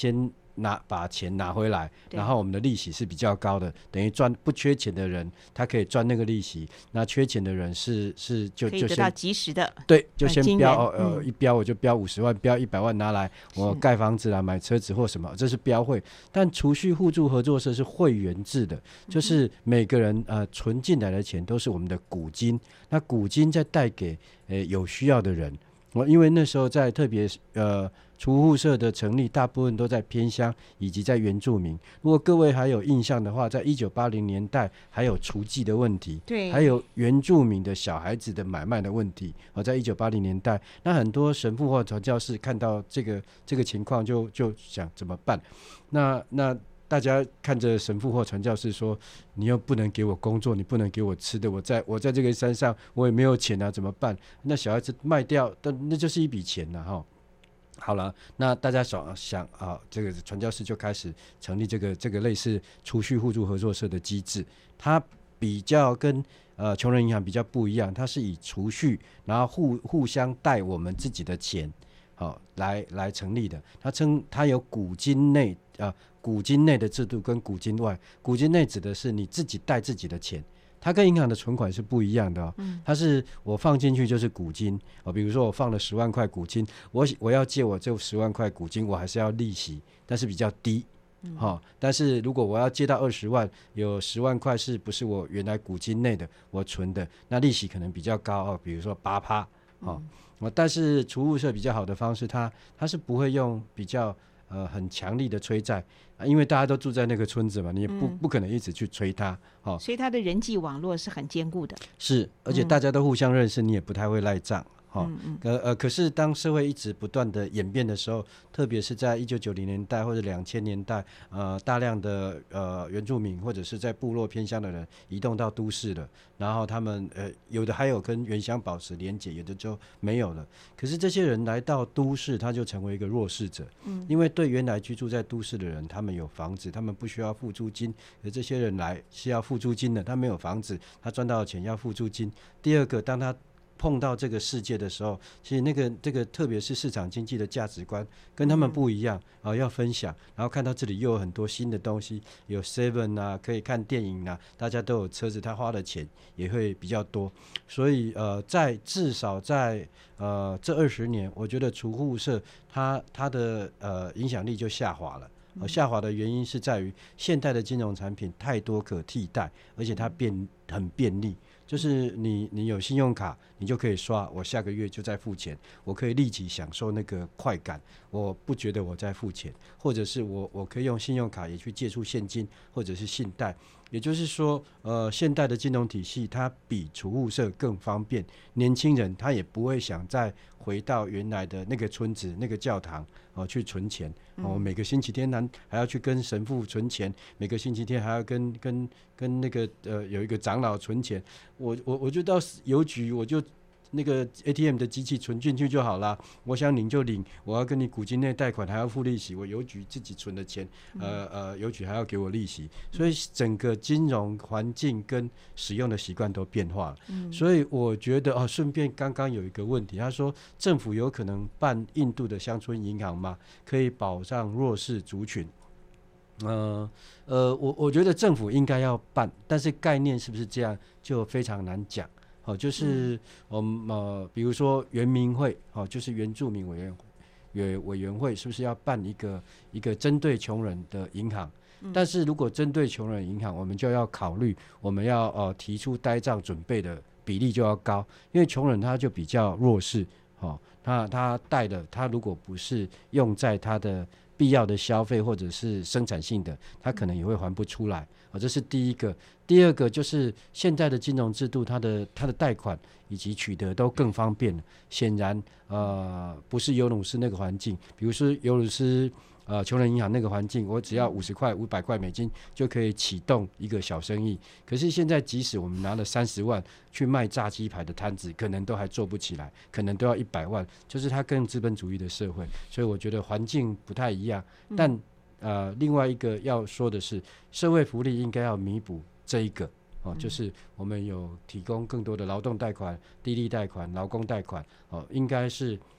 拿把钱拿回来，然后我们的利息是比较高的，等于赚不缺钱的人他可以赚那个利息，那缺钱的人是是就可以得到及时的， 对，就先标、 呃呃、嗯、一标我就标五十万，标一百万拿来我盖房子啦、买车子或什么，这是标会。但储蓄互助合作社是会员制的，就是每个人呃存进来的钱都是我们的股金，那股金再带给呃有需要的人。我因为那时候在特别呃储户社的成立，大部分都在偏乡以及在原住民。如果各位还有印象的话，在一九八零年代还有雏妓的问题， 对， 还有原住民的小孩子的买卖的问题。哦，在一九八零年代，那很多神父或传教士看到这个这个情况就，就想怎么办？那那。大家看着神父或传教士说，你又不能给我工作，你不能给我吃的，我在我在这个山上我也没有钱啊，怎么办？那小孩子卖掉，但那就是一笔钱了、啊、哈。好了，那大家想想啊，这个传教士就开始成立这个这个类似储蓄互助合作社的机制，它比较跟呃穷人银行比较不一样，它是以储蓄然后互互相贷我们自己的钱。哦、来来成立的，它称它有股金内呃股金内的制度跟股金外。股金内指的是你自己贷自己的钱，它跟银行的存款是不一样的哦。嗯、它是我放进去就是股金哦，比如说我放了十万块股金，我我要借我这十万块股金，我还是要利息，但是比较低。嗯哦、但是如果我要借到二十万，有十万块是不是我原来股金内的我存的，那利息可能比较高哦，比如说八趴哦。嗯但是储户社比较好的方式，它它是不会用比较呃很强力的催债、啊，因为大家都住在那个村子嘛，你也不、嗯、不可能一直去催它、哦、 所以它的人际网络是很坚固的。 是，而且大家都互相认识，你也不太会赖账。哦嗯嗯呃呃，可是当社会一直不断的演变的时候，特别是在一九九零年代或者两千年代，呃，大量的呃原住民或者是在部落偏乡的人移动到都市了，然后他们呃有的还有跟原乡保持连结，有的就没有了。可是这些人来到都市，他就成为一个弱势者，嗯，因为对原来居住在都市的人，他们有房子，他们不需要付租金，而这些人来是要付租金的，他没有房子，他赚到的钱要付租金。第二个，当他碰到这个世界的时候，其实那个这个特别是市场经济的价值观跟他们不一样、嗯、啊，要分享，然后看到这里又有很多新的东西，有 seven 啊，可以看电影啊，大家都有车子，他花的钱也会比较多，所以呃，在至少在呃这二十年，我觉得储户社它它的呃影响力就下滑了。呃、下滑的原因是在于现代的金融产品太多可替代，而且它变很便利。就是你你有信用卡，你就可以刷，我下个月就在付钱，我可以立即享受那个快感，我不觉得我在付钱，或者是我我可以用信用卡也去借出现金或者是信贷。也就是说呃，现代的金融体系它比储户社更方便，年轻人他也不会想再回到原来的那个村子那个教堂、呃、去存钱、呃、每个星期天还要去跟神父存钱，每个星期天还要跟跟跟那个呃有一个长老存钱，我我我就到邮局我就那个 A T M 的机器存进去就好了，我想领就领，我要跟你股金内贷款还要付利息，我邮局自己存的钱呃呃邮局还要给我利息，所以整个金融环境跟使用的习惯都变化了、嗯、所以我觉得哦，顺便刚刚有一个问题，他说政府有可能办印度的乡村银行吗？可以保障弱势族群。呃呃，我我觉得政府应该要办，但是概念是不是这样就非常难讲。哦，就是我们、嗯、呃，比如说原民会，哦，就是原住民委员委委员会，是不是要办一个一个针对穷人的银行？嗯、但是如果针对穷人银行，我们就要考虑，我们要呃提出呆账准备的比例就要高，因为穷人他就比较弱势，哦，他他贷的，他如果不是用在他的必要的消费或者是生产性的，他可能也会还不出来。哦，这是第一个。第二个就是现在的金融制度，它的它的贷款以及取得都更方便了。显然，呃，不是尤努斯那个环境，比如说尤努斯呃穷人银行那个环境，我只要五十块、五百块美金就可以启动一个小生意。可是现在，即使我们拿了三十万去卖炸鸡排的摊子，可能都还做不起来，可能都要一百万。就是它更资本主义的社会，所以我觉得环境不太一样。但呃，另外一个要说的是，社会福利应该要弥补这一个哦，就是我们有提供更多的劳动贷款、低利贷款、劳工贷款哦，应该是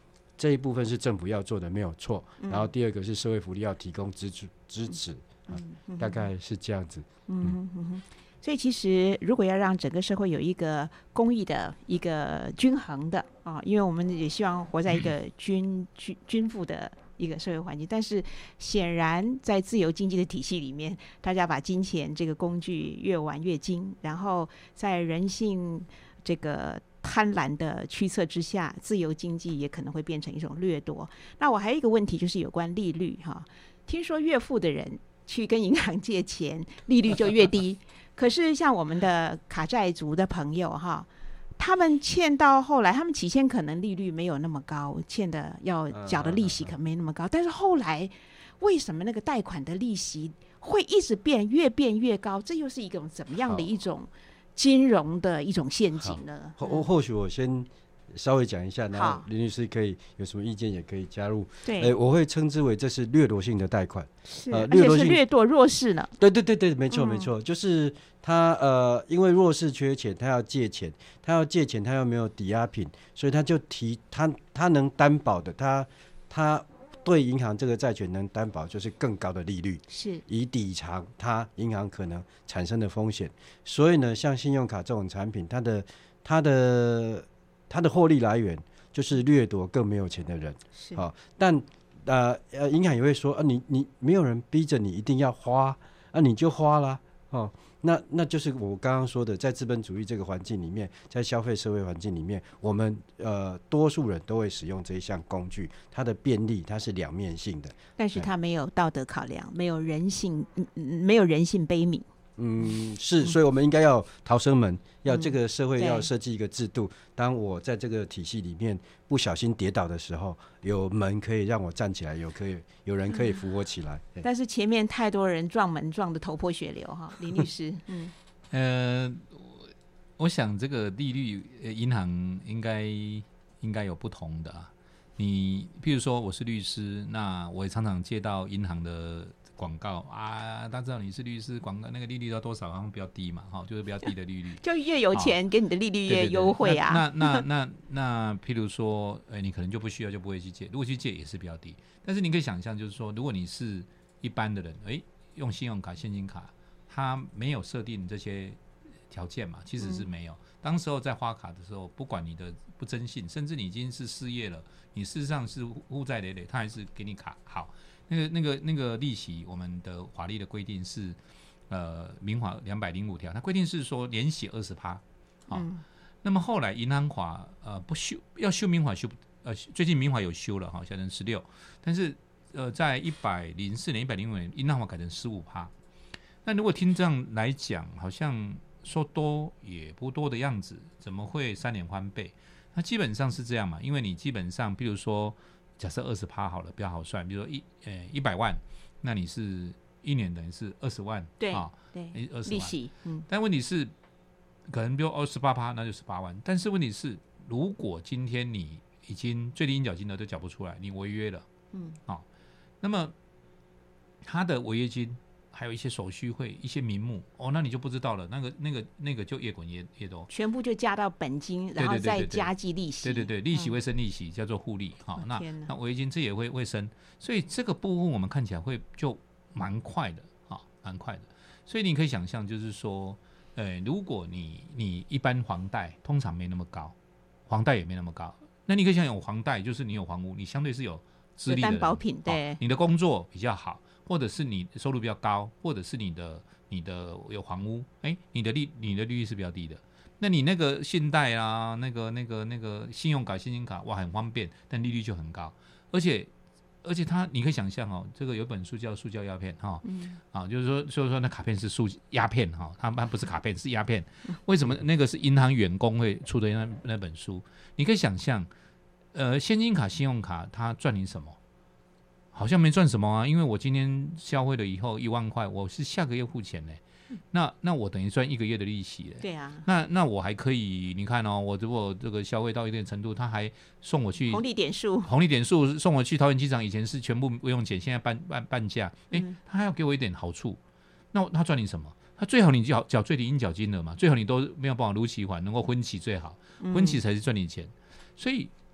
这一部分是政府要做的，没有错。嗯、然后第二个是社会福利要提供支持支持、嗯嗯啊，大概是这样子。 嗯嗯嗯。所以其实如果要让整个社会有一个公益的一个均衡的啊，因为我们也希望活在一个均均均富的一个社会环境，但是显然在自由经济的体系里面，大家把金钱这个工具越玩越精，然后在人性这个贪婪的驱策之下，自由经济也可能会变成一种掠夺。那我还有一个问题就是有关利率哈，听说越富的人去跟银行借钱，利率就越低。可是像我们的卡债族的朋友哈，他们欠到后来，他们起先可能利率没有那么高，欠的要缴的利息可能没那么高，但是后来为什么那个贷款的利息会一直变，越变越高？这又是一种怎么样的一种金融的一种陷阱呢？ 或或许我先稍微讲一下，然后林律师可以有什么意见也可以加入。 对， 呃，我会称之为这是掠夺性的贷款， 是，呃、而且是掠夺弱势呢。 对对对对，没错没错，嗯、就是他呃，因为弱势缺钱，他要借钱，他要借钱，他又没有抵押品，所以他就提他他能担保的，他他对银行这个债权能担保就是更高的利率， 是以抵偿他银行可能产生的风险。所以呢，像信用卡这种产品，它的它的它的获利来源就是掠夺更没有钱的人， 是、 哦、但呃呃，银行也会说啊，你你没有人逼着你一定要花啊，你就花啦，哦，那那就是我刚刚说的，在资本主义这个环境里面，在消费社会环境里面，我们呃多数人都会使用这一项工具，它的便利它是两面性的， 但是它没有道德考量，没有人性，没有人性悲悯。 嗯，是，所以我们应该要逃生门，要这个社会要设计一个制度、嗯、当我在这个体系里面不小心跌倒的时候，有门可以让我站起来，有可以有人可以扶我起来、 嗯、但是前面太多人撞门撞得头破血流哈，林律师嗯呃我想这个利率银行应该应该有不同的、啊、你譬如说我是律师，那我也常常接到银行的广告啊，大家知道你是律师，广告那个利率要多少，好像比较低嘛，哈，就是比较低的利率， 就越有钱给你的利率越优惠啊。 对对对，那那那 那, 那譬如说，哎、欸，你可能就不需要，就不会去借，如果去借也是比较低。但是你可以想象，就是说，如果你是一般的人，哎、欸，用信用卡、现金卡，它没有设定这些条件嘛，其实是没有。嗯、当时候在花卡的时候，不管你的不征信，甚至你已经是失业了，你事实上是负债累累，它还是给你卡好。那个、那个、那个利息，我们的法律的规定是，呃，民法两百零五条，它规定是说连息二十趴，啊，那么后来银行法呃不修，要修民法修，呃，最近民法有修了哈，改成十六，但是呃，在一百零四年、一百零五年，银行法改成十五趴。那如果听这样来讲，好像说多也不多的样子，怎么会三年翻倍？那基本上是这样嘛，因为你基本上，比如说。假设二十趴好了，比较好算。比如说一呃一百万，那你是一年等于是二十万， 对啊， 对， 二十万利息，嗯。 但问题是，可能比如二十八趴，那就十八万。但是问题是，如果今天你已经最低应缴金额都缴不出来，你违约了，嗯，啊，那么他的违约金还有一些手续费、一些名目，哦，那你就不知道了。那个、那个、那个就越滚越越多， 全部就加到本金，然后再加计利息。 对对对，利息会生利息，嗯、叫做互利。好、哦，那那违约金这也会会生，所以这个部分我们看起来会就蛮快的，啊、哦，蛮快的。所以你可以想象，就是说，呃，如果你你一般房贷通常没那么高，房贷也没那么高，那你可以想想，有房贷就是你有房屋，你相对是有资历的人， 担保品，对、 哦，你的工作比较好。或者是你收入比较高，或者是你的你的有房屋，哎，你的利你的利率是比较低的。那你那个信贷啊，那个那个那个信用卡、现金卡，哇，很方便，但利率就很高。而且而且它，你可以想象哦，这个有本书叫《塑胶鸦片》哈、哦，嗯，啊，就是说，就是说那卡片是塑鸦片哈、哦，它它不是卡片，是鸦片。为什么那个是银行员工会出的那那本书？你可以想象，呃，现金卡、信用卡它赚你什么？好像没赚什么啊，因为我今天消费了以后一万块，我是下个月付钱嘞，那那我等于赚一个月的利息嘞。 对啊， 那那我还可以，你看哦，我如果这个消费到一定程度，他还送我去红利点数， 红利点数送我去桃园机场，以前是全部不用钱，现在半半半价，哎、欸，他还要给我一点好处，那他赚你什么？他最好你缴缴最低应缴金额嘛，最好你都没有办法如期还，能够分期最好，分期才是赚你钱，所以。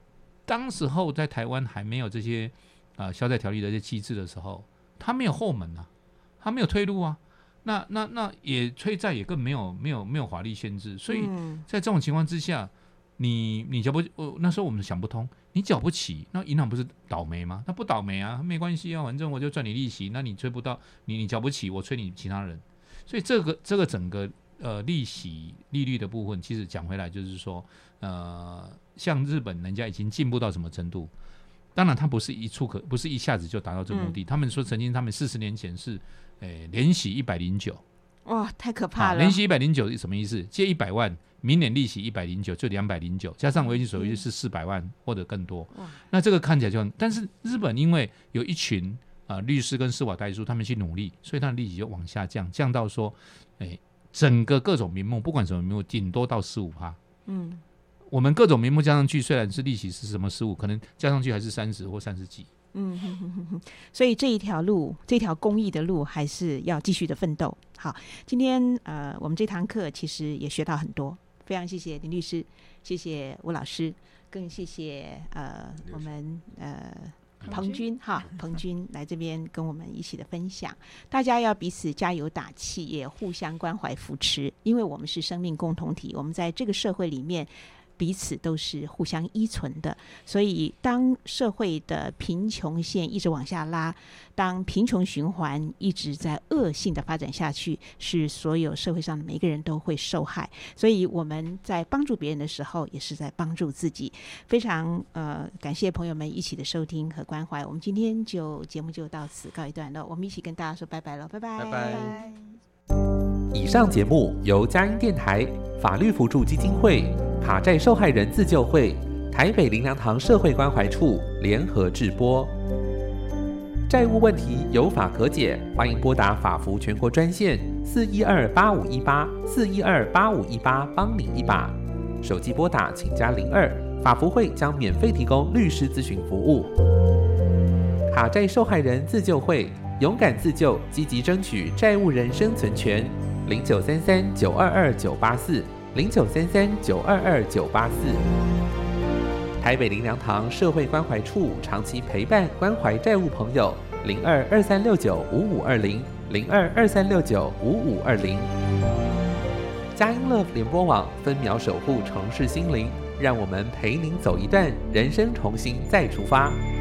当时候在台湾还没有这些啊消债条例的这些机制的时候，他没有后门啊，他没有退路啊。那那那也催债也更没有没有没有法律限制，所以在这种情况之下，你你缴不、哦、那时候我们想不通，你缴不起，那银行不是倒霉吗？那不倒霉啊，没关系啊，反正我就赚你利息，那你催不到，你你缴不起，我催你其他人，所以这个这个整个呃利息利率的部分，其实讲回来就是说，呃，像日本人家已经进步到什么程度？当然，它不是一触可，不是一下子就达到这个目的。嗯、他们说，曾经他们四十年前是，诶，连息一百零九， 哇，太可怕了！ 连息一百零九是什么意思？借一百万，明年利息一百零九，就两百零九，加上危机所益是四百万、嗯、或者更多。那这个看起来就很，但是日本因为有一群啊、呃、律师跟司法代书，他们去努力，所以他的利息就往下降，降到说，诶，整个各种名目，不管什么名目，顶多到十五趴。嗯。我们各种名目加上去，虽然是利息是什么十五，可能加上去还是三十或三十几。 嗯哼哼哼，所以这一条路，这条公益的路，还是要继续的奋斗。好，今天呃，我们这堂课其实也学到很多，非常谢谢林律师，谢谢吴老师，更谢谢呃我们呃彭军哈，彭军来这边跟我们一起的分享。大家要彼此加油打气，也互相关怀扶持，因为我们是生命共同体，我们在这个社会里面。彼此都是互相依存的，所以当社会的贫穷线一直往下拉，当贫穷循环一直在恶性的发展下去，是所有社会上的每一个人都会受害。所以我们在帮助别人的时候，也是在帮助自己。非常呃感谢朋友们一起的收听和关怀。我们今天就节目就到此告一段落，我们一起跟大家说拜拜了，拜拜，拜拜。 以上节目由佳音电台、法律扶助基金会、卡债受害人自救会、台北林良堂社会关怀处联合制播。债务问题有法可解，欢迎拨打法扶全国专线四一二八五一八四一二八五一八，帮您一把。手机拨打请加零二，法扶会将免费提供律师咨询服务。卡债受害人自救会，勇敢自救，积极争取债务人生存权。零九三三九二二九八四零九三三九二二九八四。台北林良堂社会关怀处长期陪伴关怀债务朋友，零二二三六九五五二零零二二三六九五五二零。佳音乐联播网分秒守护城市心灵，让我们陪您走一段人生，重新再出发。